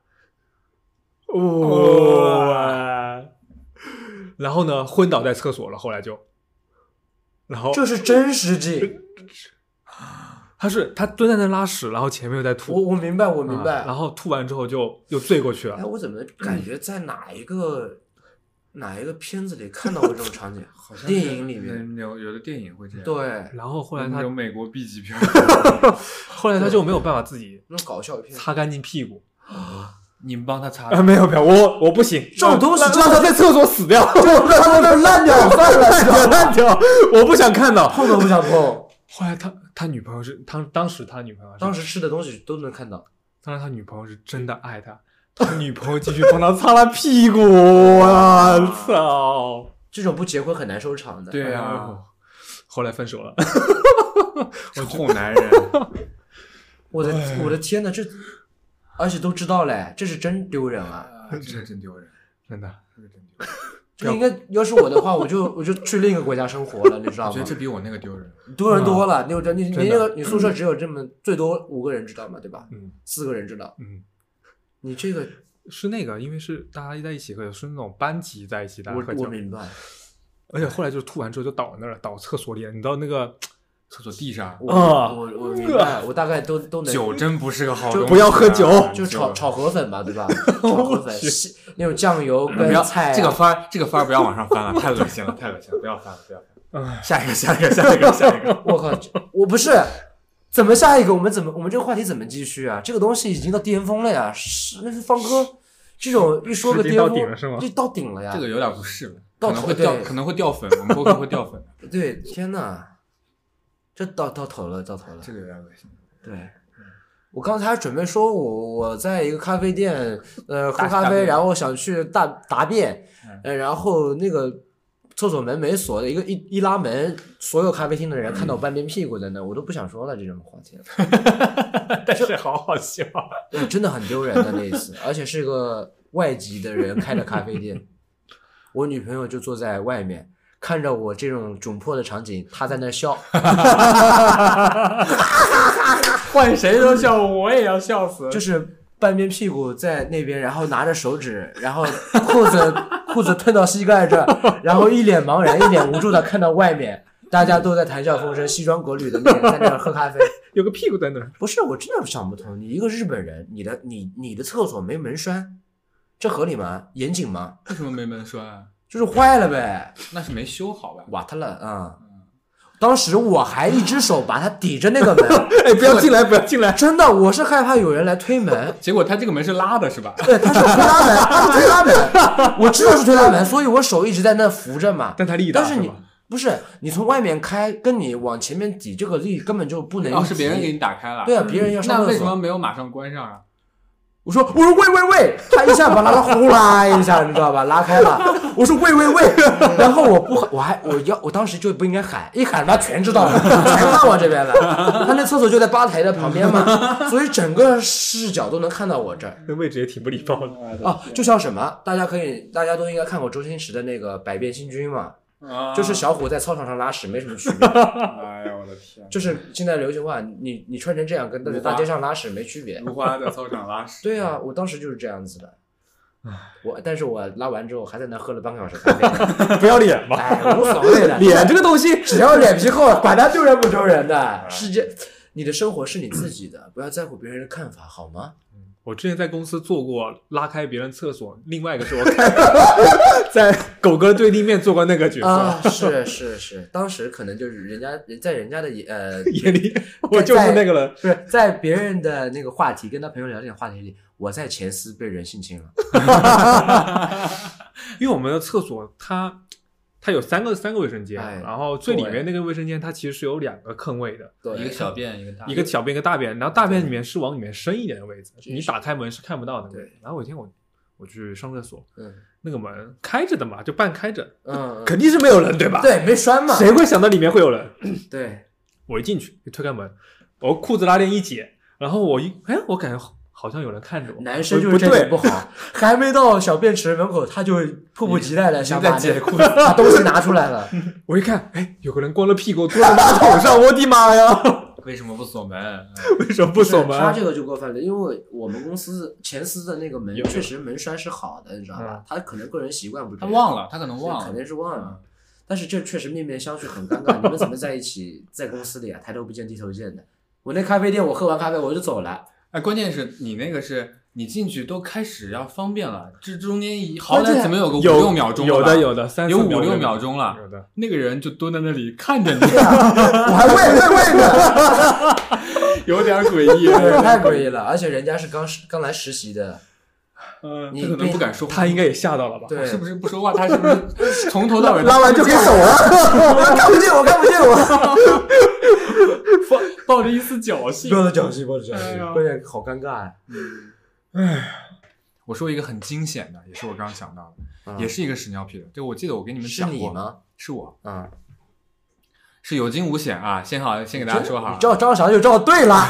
然后呢，昏倒在厕所了，后来就，然后这是真实景。 他蹲在那拉屎，然后前面又在吐。 我明白。 然后吐完之后就又醉过去了。 我怎么感觉在哪一个片子里看到过这种场景？好像电影里面有的电影会这样。 对。 然后后来他有美国 B 级片。 后来他就没有办法自己那种搞笑片擦干净屁股。 你们帮他擦？ 没有，我不行， 这种东西让他在厕所死掉， 烂掉算了， 烂掉，我不想看到， 碰都不想碰。 后来他女朋友是当时他女朋友当时吃的东西都能看到。 当时他女朋友是真的爱他女朋友继续帮他擦了屁股，我操！ 这种不结婚很难收场的。 对啊， 后来分手了。 臭男人！ 我的天哪，这而且都知道嘞，这是真丢人啊！ 这是真丢人， 真的， 这是真丢人。 这应该要是我的话，我就去另一个国家生活了，你知道吗？ 我觉得这比我那个丢人， 丢人多了。你那个你宿舍只有这么最多5个人知道吗？对吧？4个人知道。你这个是那个，因为是大家在一起喝酒，是那种班级在一起大家喝酒。 我明白。 而且后来就吐完之后就倒那儿了，倒厕所里了。你知道那个厕所地上。 我明白，我大概都能。 酒真不是个好东西， 不要喝酒， 就炒河粉吧，对吧？炒河粉，那种酱油跟菜。 这个番不要往上翻了，太恶心了，太恶心了，不要翻了，不要翻了。下一个。 我靠，我不是。怎么下一个？我们这个话题怎么继续啊？这个东西已经到巅峰了呀！那是方哥这种一说个巅峰，就到顶了呀。 这个有点不是了，可能会掉粉，我们播客会掉粉。 对，天哪，这到头了。 这个有点恶心。 对，我刚才准备说我在一个咖啡店喝咖啡，然后想去答辩，然后那个。厕所门没锁的，一拉门，所有咖啡厅的人看到我半边屁股在那，我都不想说了这种话题了。 但是好笑， 对，真的很丢人的那一次，而且是个外籍的人开的咖啡店，我女朋友就坐在外面看着我这种窘迫的场景，她在那笑， 换谁都笑，我也要笑死。 就是半边屁股在那边，然后拿着手指，然后裤子褪到膝盖这儿，然后一脸茫然、一脸无助的看到外面，大家都在谈笑风生、西装革履的在那儿喝咖啡， 有个屁股在那儿。 不是，我真的想不通，你一个日本人，你的厕所没门栓，这合理吗？严谨吗？ 为什么没门栓啊？ 就是坏了呗。 那是没修好吧？ 瓦特了啊。当时我还一只手把它抵着那个门， 哎，不要进来，不要进来！ 真的，我是害怕有人来推门。 结果他这个门是拉的，是吧？ 对，他是推拉门，我知道是推拉门，所以我手一直在那扶着嘛。 但他力大， 但是你不是你从外面开，跟你往前面抵，这个力根本就不能。 是别人给你打开了。 对啊，别人要上厕所。 那为什么没有马上关上啊？ 我说喂，他一下把他呼啦一下，你知道吧？拉开了。我说喂，然后我当时就不应该喊，一喊他全知道了，全看我这边了。他那厕所就在吧台的旁边嘛，所以整个视角都能看到我这儿。 那位置也挺不礼貌的啊，就像什么，大家都应该看过周星驰的那个《百变星君》嘛。就是小虎在操场上拉屎没什么区别。 哎呀，我的天！ 就是现在流行话，你穿成这样跟在大街上拉屎没区别。 如花在操场拉屎。 对啊，我当时就是这样子的。但是我拉完之后还在那喝了半个小时咖啡。 不要脸吧？ 哎，无所谓的。 脸这个东西， 只要脸皮厚，管他丢人不丢人的。世界，你的生活是你自己的，不要在乎别人的看法，好吗？ 我之前在公司做过拉开别人厕所，另外一个是我在狗哥对立面做过那个角色啊，是，当时可能就是在人家的眼里，我就是那个了， 不是在别人的那个话题跟他朋友聊天话题里，我在前司被人性侵了， 因为我们的厕所它有三个卫生间，然后最里面那个卫生间它其实是有2个坑位的， 一个小便一个小便一个大便，然后大便里面是往里面深一点的位置，你打开门是看不到的。对，然后有一天我去上厕所，那个门开着的嘛，就半开着，肯定是没有人对吧？ 对，没栓嘛， 谁会想到里面会有人？ 对， 我一进去一推开门，我裤子拉链一解，然后我感觉好像有人看着我。 男生就是这点不好，还没到小便池门口，他就迫不及待的想把这裤子把东西拿出来了。 我一看，有个人光着屁股坐在马桶上，我的妈呀！ 为什么不锁门？ 为什么不锁门？ 他这个就过分了，因为我们公司前司的那个门确实门栓是好的，你知道吧？他可能个人习惯不对， 他忘了，他可能忘了， 肯定是忘了。但是这确实面面相觑，很尴尬。你们怎么在一起，在公司里啊，抬头不见低头见的？我那咖啡店，我喝完咖啡我就走了。 哎，关键是你那个是你进去都开始要方便了，这中间好歹怎么有个5-6秒钟了吧？ 有的有5-6秒钟了， 有的。 那个人就蹲在那里看着你， 我还喂呢， 有点诡异， 太诡异了。而且人家是刚来实习的， 你可能不敢说话， 他应该也吓到了吧？ 对， 是不是不说话？他是不是从头到尾拉完就给走了？ 看不见我。 抱着一丝侥幸， 抱着侥幸，关键好尴尬呀！ 我说一个很惊险的，也是我刚刚想到的，也是一个屎尿屁的。这个我记得我给你们讲过。 是你吗？ 是我。是有惊无险啊！先给大家说好， 你照张翔就照对了。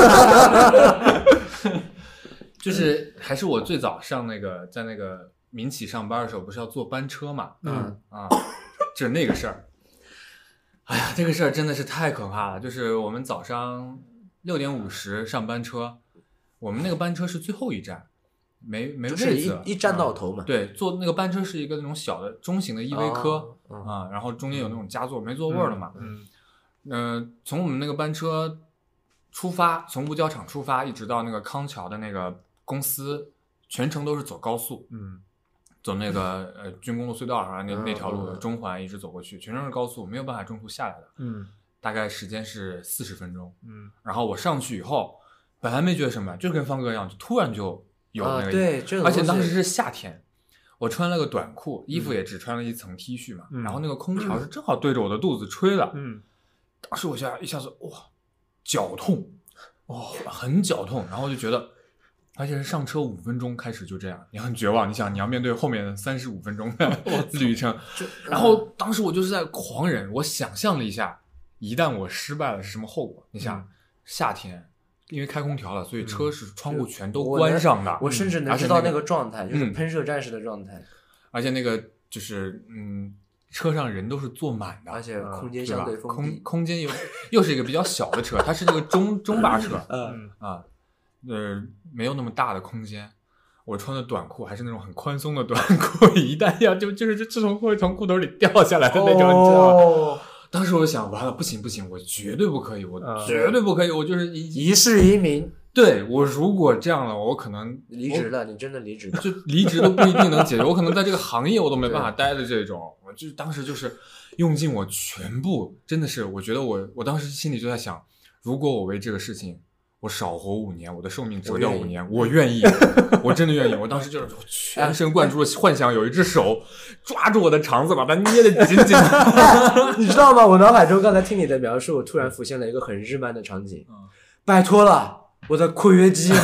就是还是我最早上在那个民企上班的时候，不是要坐班车嘛？就是那个事儿。哎呀，这个事儿真的是太可怕了。就是我们早上6点50上班车，我们那个班车是最后一站，没位子， 就是一站到头嘛。 对，坐那个班车是一个那种小的中型的依维柯然后中间有那种夹座，没座位了嘛。从我们那个班车出发，从五角场出发，一直到那个康桥的那个公司，全程都是走高速。走那个军工路隧道上那条路中环一直走过去，全程是高速，没有办法中途下来的。大概时间是40分钟。然后我上去以后，本来没觉得什么，就跟方哥一样，就突然就有那个， 对， 而且当时是夏天，我穿了个短裤，衣服也只穿了一层 T 恤嘛，然后那个空调是正好对着我的肚子吹的。当时我一下子哇，绞痛，很绞痛，然后就觉得。而且是上车5分钟开始就这样，你很绝望。你想你要面对后面的35分钟的旅程，然后当时我就是在狂忍，我想象了一下，一旦我失败了是什么后果。你想夏天因为开空调了，所以车是窗户全都关上的。 我甚至能知道那个状态，就是喷射战士的状态。 而且那个就是车上人都是坐满的， 而且空间相对封闭， 空间又是一个比较小的车，它是这个中巴车。没有那么大的空间。我穿的短裤还是那种很宽松的短裤，一旦要就是会从裤头里掉下来的那种，你知道吗？当时我想，完了，不行，我绝对不可以，我绝对不可以，我就是一世移民。 对，我如果这样了，我可能离职了。你真的离职了？ 就离职都不一定能解决，我可能在这个行业我都没办法待的这种。我就当时就是用尽我全部，真的是，我觉得我当时心里就在想，如果我为这个事情。我少活5年，我的寿命折掉5年，我愿意，我真的愿意。我当时就是全神贯注的幻想，有一只手抓住我的肠子，把它捏得紧紧的。 你知道吗？我脑海中刚才听你的描述，突然浮现了一个很日漫的场景。拜托了，我的括约肌。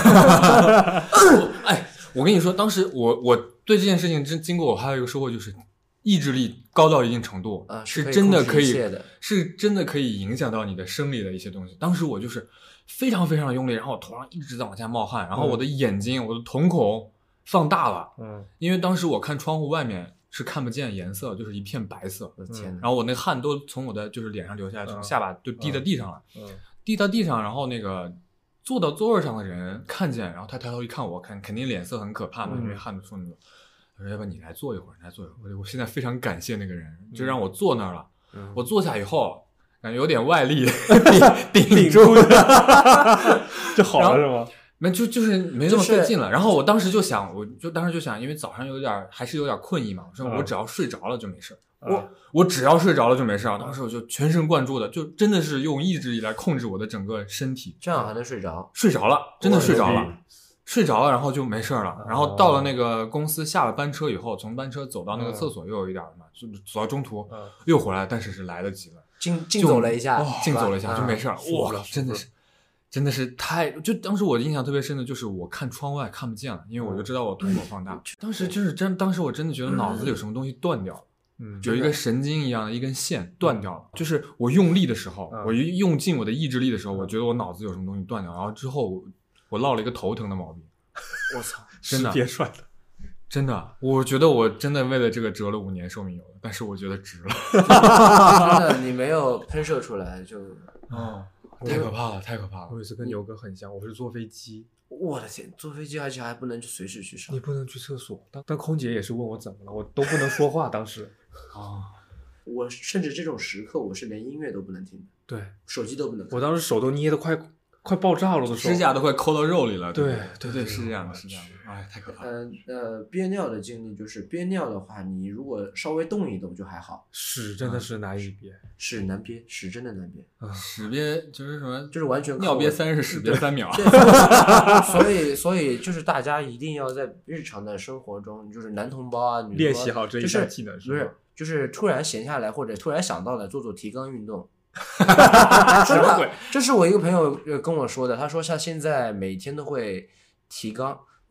我跟你说，当时我对这件事情经过我还有一个收获，就是意志力高到一定程度，是真的可以，是真的可以影响到你的生理的一些东西。当时我就是非常非常的用力，然后我头上一直在往下冒汗，然后我的眼睛、我的瞳孔放大了，因为当时我看窗户外面是看不见颜色，就是一片白色，然后我那汗都从我的就是脸上流下来，从下巴就滴到地上了，滴到地上，然后那个坐到座位上的人看见，然后他抬头一看我，肯定脸色很可怕嘛，因为汗都出那种。他说：“要不你来坐一会儿，你来坐一会儿。”我现在非常感谢那个人，就让我坐那儿了。我坐下以后。感觉有点外力顶住的， 就好了是吗？ 没，就是没那么费劲了。然后我当时就想，因为早上还是有点困意嘛，我说我只要睡着了就没事。我只要睡着了就没事。当时我就全神贯注的，就真的是用意志力来控制我的整个身体。 这样还能睡着？ 睡着了，真的睡着了，然后就没事了。然后到了那个公司，下了班车以后，从班车走到那个厕所又有一点嘛，就走到中途又回来，但是来得及了。 竞走了一下， 就没事了。哇，真的是太……就当时我印象特别深的就是我看窗外看不见了，因为我就知道我瞳孔放大。当时当时我真的觉得脑子里有什么东西断掉了，有一个神经一样的一根线断掉了。就是我用力的时候，我用尽我的意志力的时候，我觉得我脑子有什么东西断掉，然后之后我落了一个头疼的毛病。 我操， 真的别帅了。 真的，我觉得我真的为了这个折了5年寿命有了，但是我觉得值了。 真的，你没有喷射出来就太可怕了，太可怕了。 我有一次跟牛哥很像，我是坐飞机， 我的天，坐飞机而且还不能随时去上， 你不能去厕所。但空姐也是问我怎么了，我都不能说话。当时我甚至这种时刻我是连音乐都不能听的， 对， 手机都不能看。 我当时手都捏得快爆炸了的时候， 指甲都快抠到肉里了。 对， 是这样的，是这样的。哎，太可怕了。 憋尿的经历就是憋尿的话，你如果稍微动一动就还好。 屎真的是难以憋， 屎难憋，屎真的难憋。 屎憋就是什么？ 就是完全尿憋3是屎憋3秒。 所以就是大家一定要在日常的生活中，就是男同胞啊，女同胞练习好这一项技能， 不是就是突然闲下来或者突然想到了做提纲运动。 什么鬼？ 这是我一个朋友跟我说的，他说像现在每天都会提纲，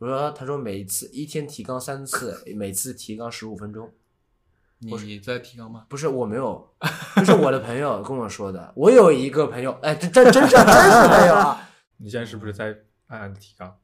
我说他说每次一天提纲3次，每次提纲15分钟。 你在提纲吗？ 不是，我没有，这是我的朋友跟我说的。我有一个朋友，哎，这真是朋友啊！ 你现在是不是在暗暗的提纲？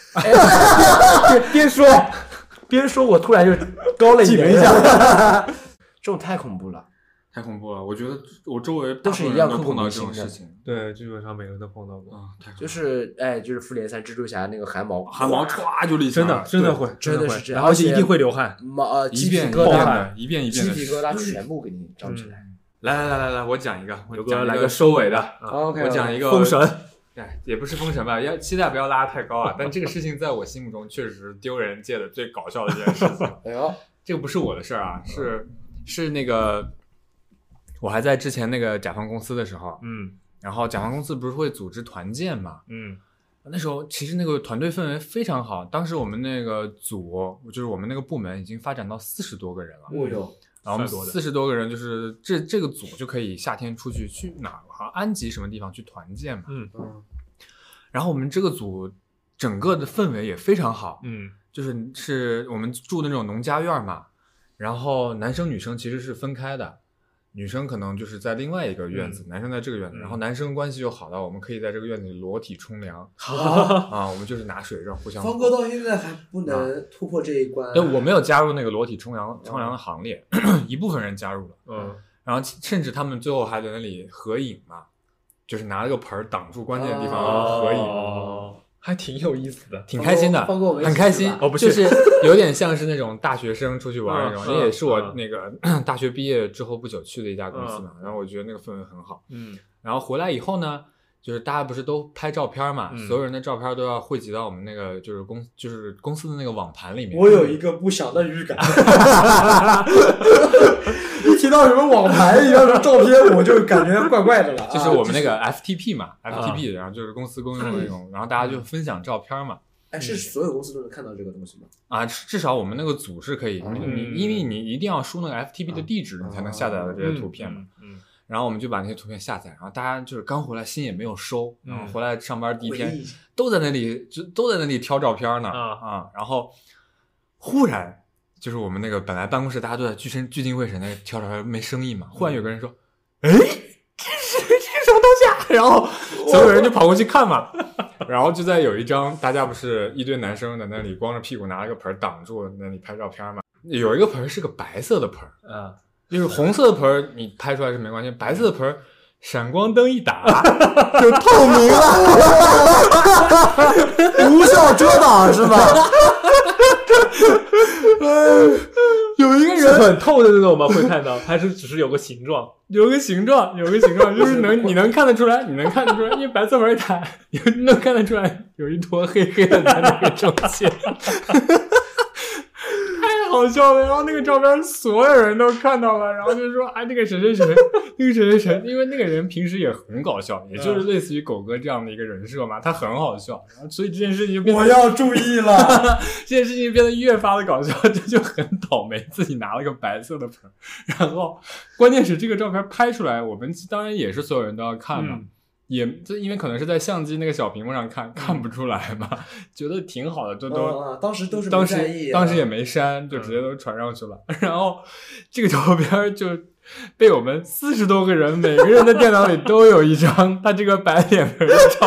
边说，我突然就高了一点，这种太恐怖了。 太恐怖了！我觉得我周围都是一样碰到这种事情， 对，基本上每个人都碰到过。 就是复联3蜘蛛侠那个汗毛歘就立起来， 真的会， 真的是这样， 而且一定会流汗， 鸡皮疙瘩， 一遍鸡皮疙瘩全部给你长起来。 来，我讲一个， 来个收尾的。 OK， 我讲一个封神。 也不是封神吧，期待不要拉太高啊。但这个事情在我心目中确实丢人界的最搞笑的一件事情。 哎呦， 这个不是我的事儿啊，是那个。我还在之前那个甲方公司的时候，然后甲方公司不是会组织团建嘛，那时候其实那个团队氛围非常好，当时我们那个组就是我们那个部门已经发展到40多个人了，然后我们40多个人就是这个组就可以夏天出去哪儿好像安吉什么地方去团建嘛，然后我们这个组整个的氛围也非常好，就是我们住那种农家院嘛，然后男生女生其实是分开的。女生可能就是在另外一个院子，男生在这个院子，然后男生关系就好到我们可以在这个院子里裸体冲凉啊，我们就是拿水让互相。 方哥到现在还不能突破这一关。 对，我没有加入那个裸体冲凉的行列，一部分人加入了，然后甚至他们最后还在那里合影嘛，就是拿了个盆挡住关键的地方合影。 还挺有意思的， 挺开心的，很开心。就是有点像是那种大学生出去玩那种，这也是我那个大学毕业之后不久去的一家公司嘛。然后我觉得那个氛围很好。然后回来以后呢，就是大家不是都拍照片嘛，所有人的照片都要汇集到我们那个就是公司的那个网盘里面。 我有一个不祥的预感。一提到什么网盘一样的照片，我就感觉怪怪的了。 就是我们那个 FTP 嘛，FTP，然后就是公司公用的那种，然后大家就分享照片嘛。 哎，是所有公司都能看到这个东西吗？ 啊，至少我们那个组是可以，因为你一定要输那个 FTP 的地址，你才能下载到这些图片嘛。然后我们就把那些图片下载，然后大家就是刚回来心也没有收，然后回来上班第一天都在那里挑照片呢然后忽然。就是我们那个本来办公室大家都在聚精会神的挑照片，没声音嘛。忽然有个人说：“哎，这是什么东西啊？”然后所有人就跑过去看嘛。然后就在有一张，大家不是一堆男生在那里光着屁股拿了个盆挡住那里拍照片嘛。有一个盆是个白色的盆，就是红色的盆你拍出来是没关系，白色的盆闪光灯一打就透明了， 无效遮挡是吧？ 有一个人很透的那种吗？会看到还是只是有个形状？ 有个形状，就是你能看得出来，因为白色盆一打，能看得出来有一坨黑黑的在那个中间。太好笑了，然后那个照片所有人都看到了，然后就说那个谁，因为那个人平时也很搞笑，也就是类似于狗哥这样的一个人设嘛，他很好笑，然后所以这件事情就变得我要注意了， 这件事情变得越发的搞笑，这就很倒霉，自己拿了个白色的盆，然后关键是这个照片拍出来，我们当然也是所有人都要看嘛。也因为可能是在相机那个小屏幕上看不出来嘛，觉得挺好的， 当时都是没在意， 当时也没删，就直接都传上去了。然后这个照片就被我们40多个人，每个人的电脑里都有一张他这个白脸盆的照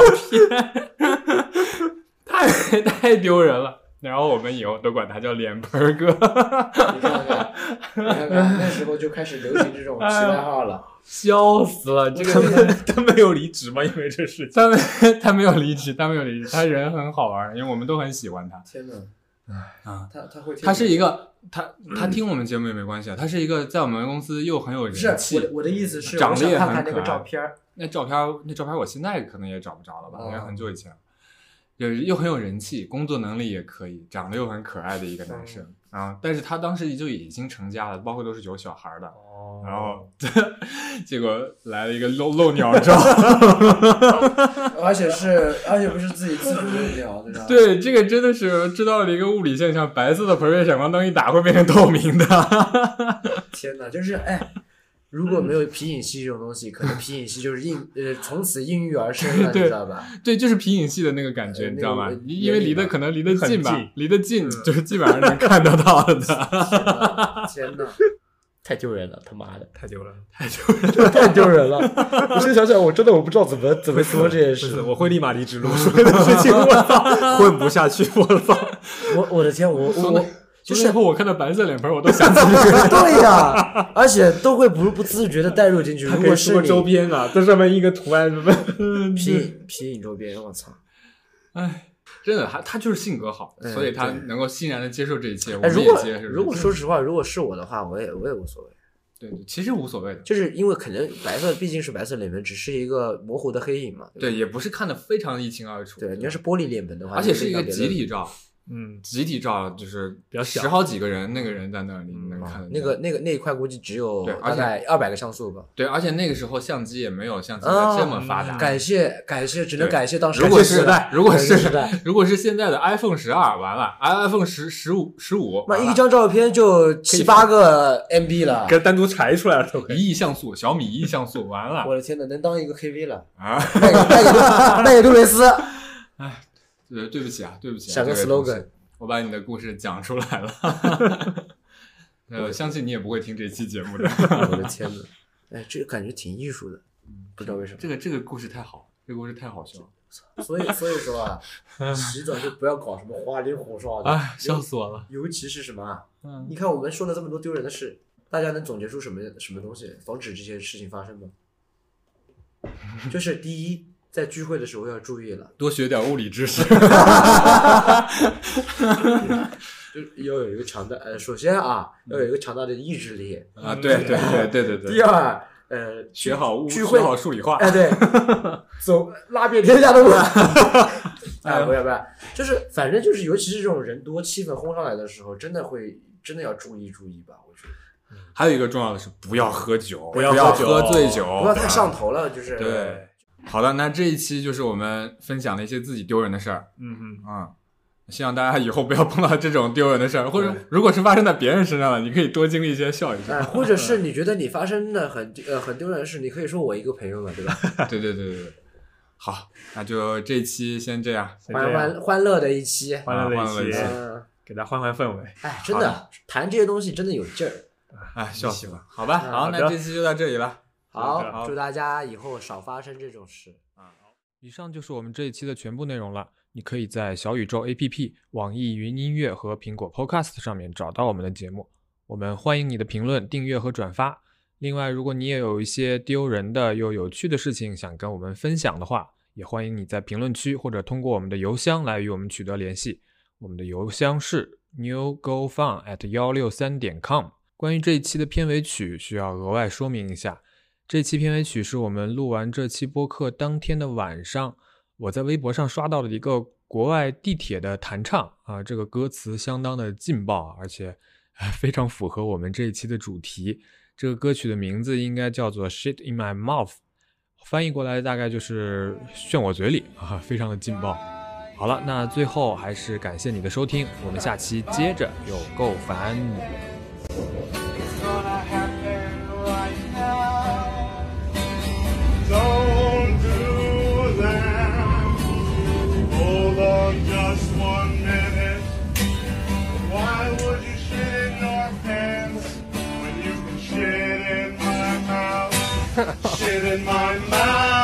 片，太丢人了。然后我们以后都管他叫脸盆哥。 你看看，那时候就开始流行这种奇怪号了。 笑死了！这个他没有离职吗？因为这事情， 他没有离职，他人很好玩，因为我们都很喜欢他。 天哪！他会听， 他是一个他听我们节目也没关系啊，他是一个在我们公司又很有人气。 我的意思是， 长得也很可爱。 看那个照片， 那照片我现在可能也找不着了吧，因为很久以前了。又很有人气，工作能力也可以，长得又很可爱的一个男生但是他当时就已经成家了，包括都是有小孩的。然后结果来了一个露鸟照， 而且不是自主的鸟， 对，这个真的是知道了一个物理现象，白色的盆被闪光灯一打会变成透明的。 天哪，就是如果没有皮影戏这种东西，可能皮影戏就是从此应运而生了，你知道吧？ 对，就是皮影戏的那个感觉，你知道吗？因为可能离得近吧，离得近就是基本上能看得到的。 天哪！太丢人了，他妈的， 太丢人了， 太丢人了！我现在想想，我真的不知道怎么说这件事， 我会立马离职录所有的事情，我操，混不下去，我操！ 我的天，我就是后我看到白色脸盆，我都想起这个。 对呀，而且都会不自觉的带入进去。如果是周边啊，在上面印个图案什么皮影周边，我操！ 哎。真的，他就是性格好，所以他能够欣然的接受这一切。我们也接受。 如果说实话，如果是我的话，我也无所谓。 对，其实无所谓的， 就是因为可能毕竟是白色脸盆，只是一个模糊的黑影嘛。 对，也不是看得非常一清二楚。 对，你要是玻璃脸盆的话， 而且是一个集体照。集体照就是比较小 10好几个人，那个人在那里能看得见。那一块估计只有大概200个像素吧。 对，而且那个时候相机也没有像现在这么发达。 感谢，只能感谢当时。 如果是现在的 iPhone 12，完了 ，iPhone 15， 那一张照片就7-8个 MB 了， 给单独裁出来了 ，1亿像素，小米1亿像素，完了。 我的天哪，能当一个 KV 了啊！ 卖给杜蕾斯。 哎。对不起啊， 想个 slogan， 我把你的故事讲出来了。相信你也不会听这期节目的。 我的天哪，哎，这个感觉挺艺术的，不知道为什么。 这个故事太好，这个故事太好笑了。 所以说啊，洗澡就不要搞什么花里胡哨的。 哎，笑死我了。 尤其是什么啊？你看我们说了这么多丢人的事，大家能总结出什么东西防止这些事情发生吗？就是第一。在聚会的时候要注意了， 多学点物理知识。 就要有一个强大首先啊，要有一个强大的意志力啊，对。 第二， 学好聚会， 学好数理化。 哎，对，拉遍天下的路。哎，不要，就是反正就是，尤其是这种人多、气氛轰上来的时候，真的要注意吧，我觉得。 还有一个重要的是，不要喝酒， 不要喝醉酒， 不要太上头了，就是。 对。好的，那这一期就是我们分享了一些自己丢人的事儿。希望大家以后不要碰到这种丢人的事儿，或者如果是发生在别人身上了，你可以多经历一些笑一笑。 或者是你觉得你发生的很丢人的事，你可以说我一个朋友嘛，对吧？ 对。好，那就这一期先这样， 欢乐的一期， 给大家换氛围。 哎，真的谈这些东西真的有劲儿。 哎，笑死了。好吧，好，那这期就到这里了。 好，祝大家以后少发生这种事。 以上就是我们这一期的全部内容了。你可以在小宇宙 APP、网易云音乐和苹果 Podcast 上面找到我们的节目。我们欢迎你的评论、订阅和转发。另外，如果你也有一些丢人的又有趣的事情想跟我们分享的话，也欢迎你在评论区或者通过我们的邮箱来与我们取得联系。我们的邮箱是 newgofun@163.com。关于这一期的片尾曲需要额外说明一下，这期片尾曲是我们录完这期播客当天的晚上，我在微博上刷到了一个国外地铁的弹唱啊，这个歌词相当的劲爆，而且非常符合我们这一期的主题。这个歌曲的名字应该叫做 Shit in my mouth， 翻译过来大概就是炫我嘴里啊，非常的劲爆。好了，那最后还是感谢你的收听，我们下期接着有够烦。 Don't do that. Hold on just 1 minute. Why would you shit in your pants when you can shit in my mouth? Shit in my mouth.